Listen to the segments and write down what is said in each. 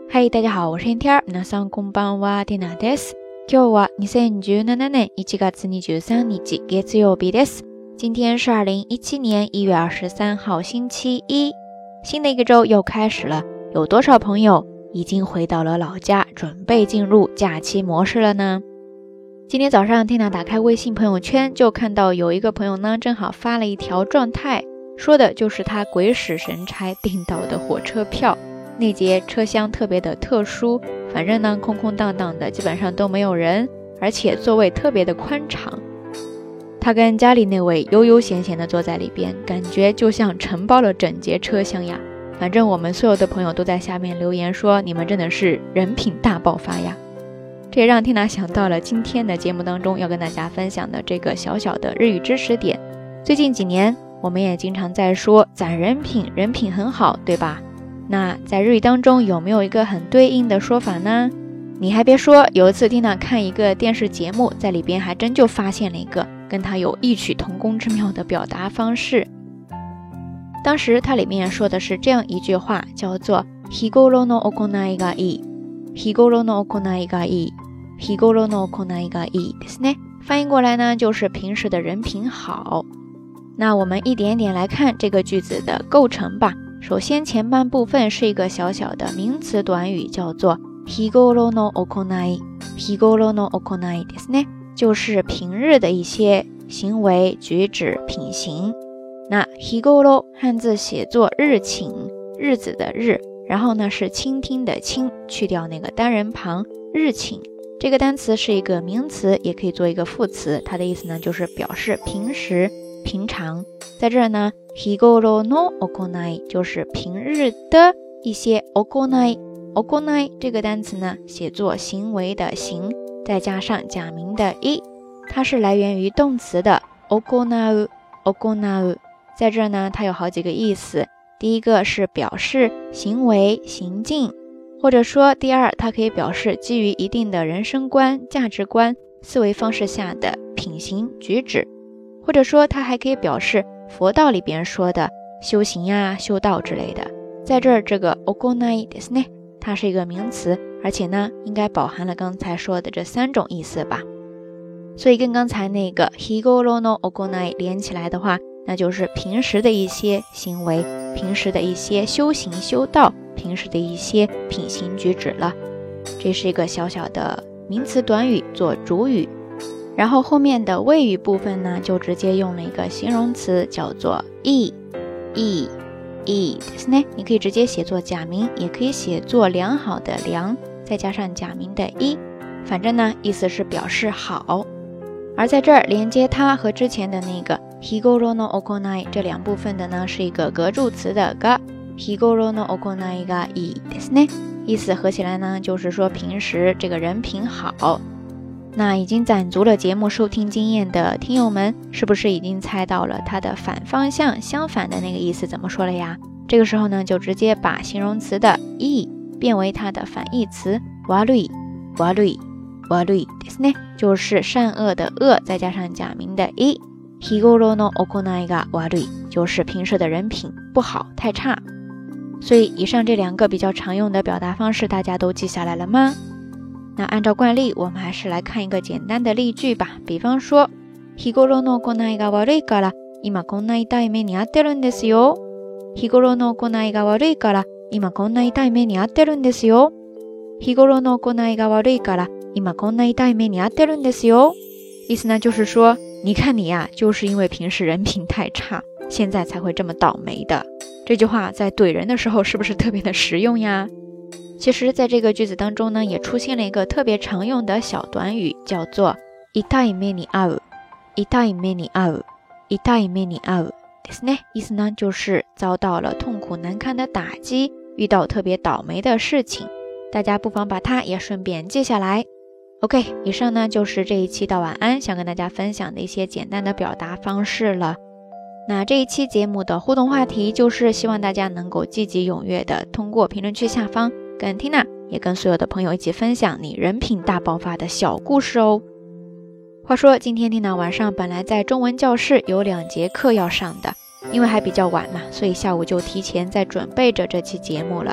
嗨，大家好，我是天天。皆さんこんばんは、テナです。今日は2017年1月23日月曜日です。今天是2017年1月23号星期一。新的一个周又开始了，有多少朋友已经回到了老家，准备进入假期模式了呢？今天早上天娜打开微信朋友圈，就看到有一个朋友呢，正好发了一条状态，说的就是他鬼使神差订到的火车票。那节车厢特别的特殊，反正呢空空荡荡的，基本上都没有人，而且座位特别的宽敞。他跟家里那位悠悠闲闲的坐在里边，感觉就像承包了整节车厢呀。反正我们所有的朋友都在下面留言说，你们真的是人品大爆发呀。这也让缇娜想到了今天的节目当中要跟大家分享的这个小小的日语知识点。最近几年我们也经常在说攒人品，人品很好，对吧？那在日语当中有没有一个很对应的说法呢？你还别说，有一次缇娜看一个电视节目，在里边还真就发现了一个跟它有异曲同工之妙的表达方式。当时它里面说的是这样一句话，叫做日頃の行いがいい、日頃の行いがいい、日頃の行いがいいですね。翻译过来呢，就是平時的人品好。那我们一点点来看这个句子的构成吧。首先前半部分是一个小小的名词短语，叫做日頃の行い、日頃の行いですね，就是平日的一些行为举止品行。那日頃汉字写作日请，日子的日，然后呢是倾听的倾，去掉那个单人旁，日请这个单词是一个名词，也可以做一个副词，它的意思呢就是表示平时平常。在这儿呢日頃の行い就是平日的一些行い，行い这个单词呢写作行为的行，再加上假名的い，它是来源于动词的行う，行う。在这儿呢它有好几个意思，第一个是表示行为行径，或者说第二它可以表示基于一定的人生观、价值观、思维方式下的品行举止，或者说它还可以表示佛道里边说的修行呀、修道之类的。在这儿这个行いですね，它是一个名词，而且呢应该饱含了刚才说的这三种意思吧。所以跟刚才那个日頃の行い连起来的话，那就是平时的一些行为，平时的一些修行修道，平时的一些品行举止了。这是一个小小的名词短语做主语，然后后面的谓语部分呢就直接用了一个形容词，叫做いいですね。你可以直接写作假名，也可以写作良好的良，再加上假名的い，反正呢意思是表示好。而在这儿连接它和之前的那个日頃の行い这两部分的呢是一个格助词的が、日頃の行いがいいですね，意思合起来呢就是说平时这个人品好。那已经攒足了节目收听经验的听友们，是不是已经猜到了它的反方向相反的那个意思怎么说了呀？这个时候呢就直接把形容词的いい变为它的反义词悪い、悪いですね，就是善恶的恶，再加上假名的い。日頃の行いが悪い就是平时的人品不好，太差。所以以上这两个比较常用的表达方式大家都记下来了吗？那按照惯例我们还是来看一个简单的例句吧。比方说日頃の行いが悪いから今こんな痛い目に遭ってるんですよ。日頃の行いが悪いから今こんな痛い目に遭ってるんですよ。日頃の行いが悪いから今こんな痛い目に遭ってるんですよ。意思呢就是说，你看你呀，就是因为平时人品太差，现在才会这么倒霉的。这句话在怼人的时候是不是特别的实用呀？其实在这个句子当中呢，也出现了一个特别常用的小短语，叫做痛い目に遭う、痛い目に遭う、痛い目に遭うですね。意思呢就是遭到了痛苦难堪的打击，遇到特别倒霉的事情。大家不妨把它也顺便记下来。OK， 以上呢就是这一期到晚安想跟大家分享的一些简单的表达方式了。那这一期节目的互动话题就是希望大家能够积极踊跃的通过评论区下方跟 Tina 也跟所有的朋友一起分享你人品大爆发的小故事哦。话说今天 Tina 晚上本来在中文教室有2节课要上的，因为还比较晚嘛，所以下午就提前在准备着这期节目了。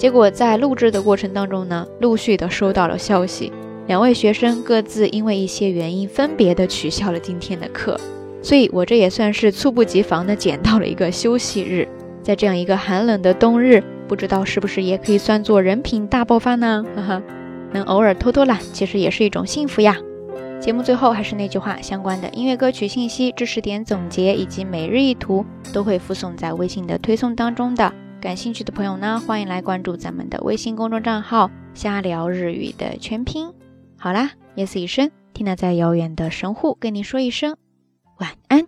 结果在录制的过程当中呢，陆续的收到了消息，2位学生各自因为一些原因分别的取消了今天的课，所以我这也算是猝不及防的捡到了一个休息日。在这样一个寒冷的冬日，不知道是不是也可以算作人品大爆发呢？哈哈，能偶尔偷偷懒，其实也是一种幸福呀。节目最后还是那句话，相关的音乐歌曲信息、知识点总结以及每日一图都会附送在微信的推送当中的。感兴趣的朋友呢，欢迎来关注咱们的微信公众账号瞎聊日语的全拼。好啦，夜色已深，缇娜在遥远的神户跟你说一声晚安。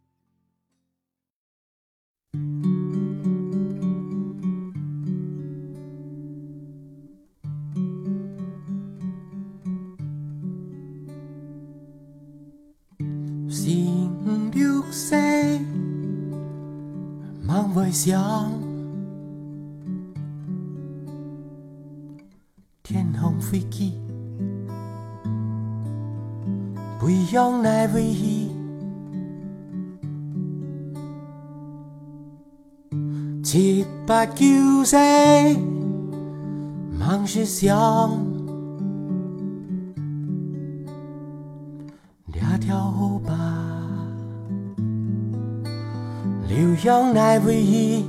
星綠色望未想天空飛機不用來回憶789歲望是想兩條河吧流向來回憶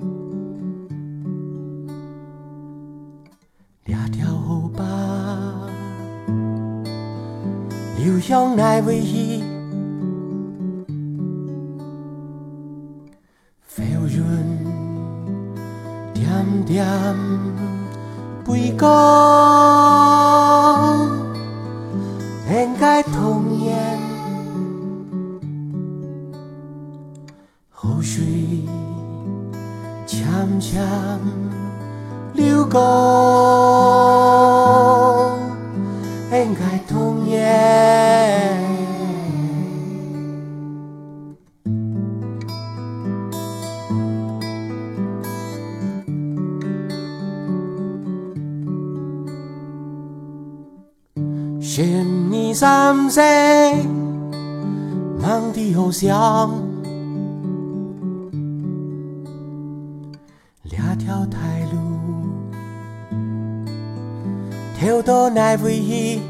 兩條河吧流向來回憶飛潤點點飛過掩蓋童年河水悄悄流過掩蓋童年12、13歲忙的好像兩條大路跳到來回憶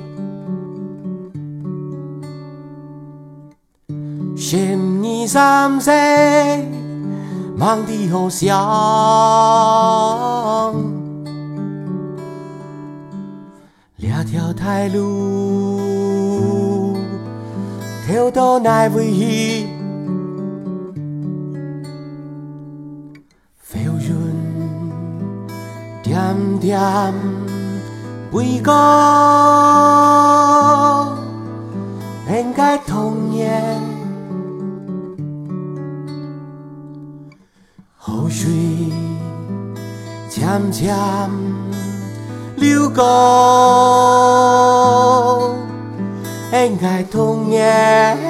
12、13歲忙的好像兩條大路跳到來回憶飛潤點點飛過掩蓋童年河水悄悄流過掩蓋童年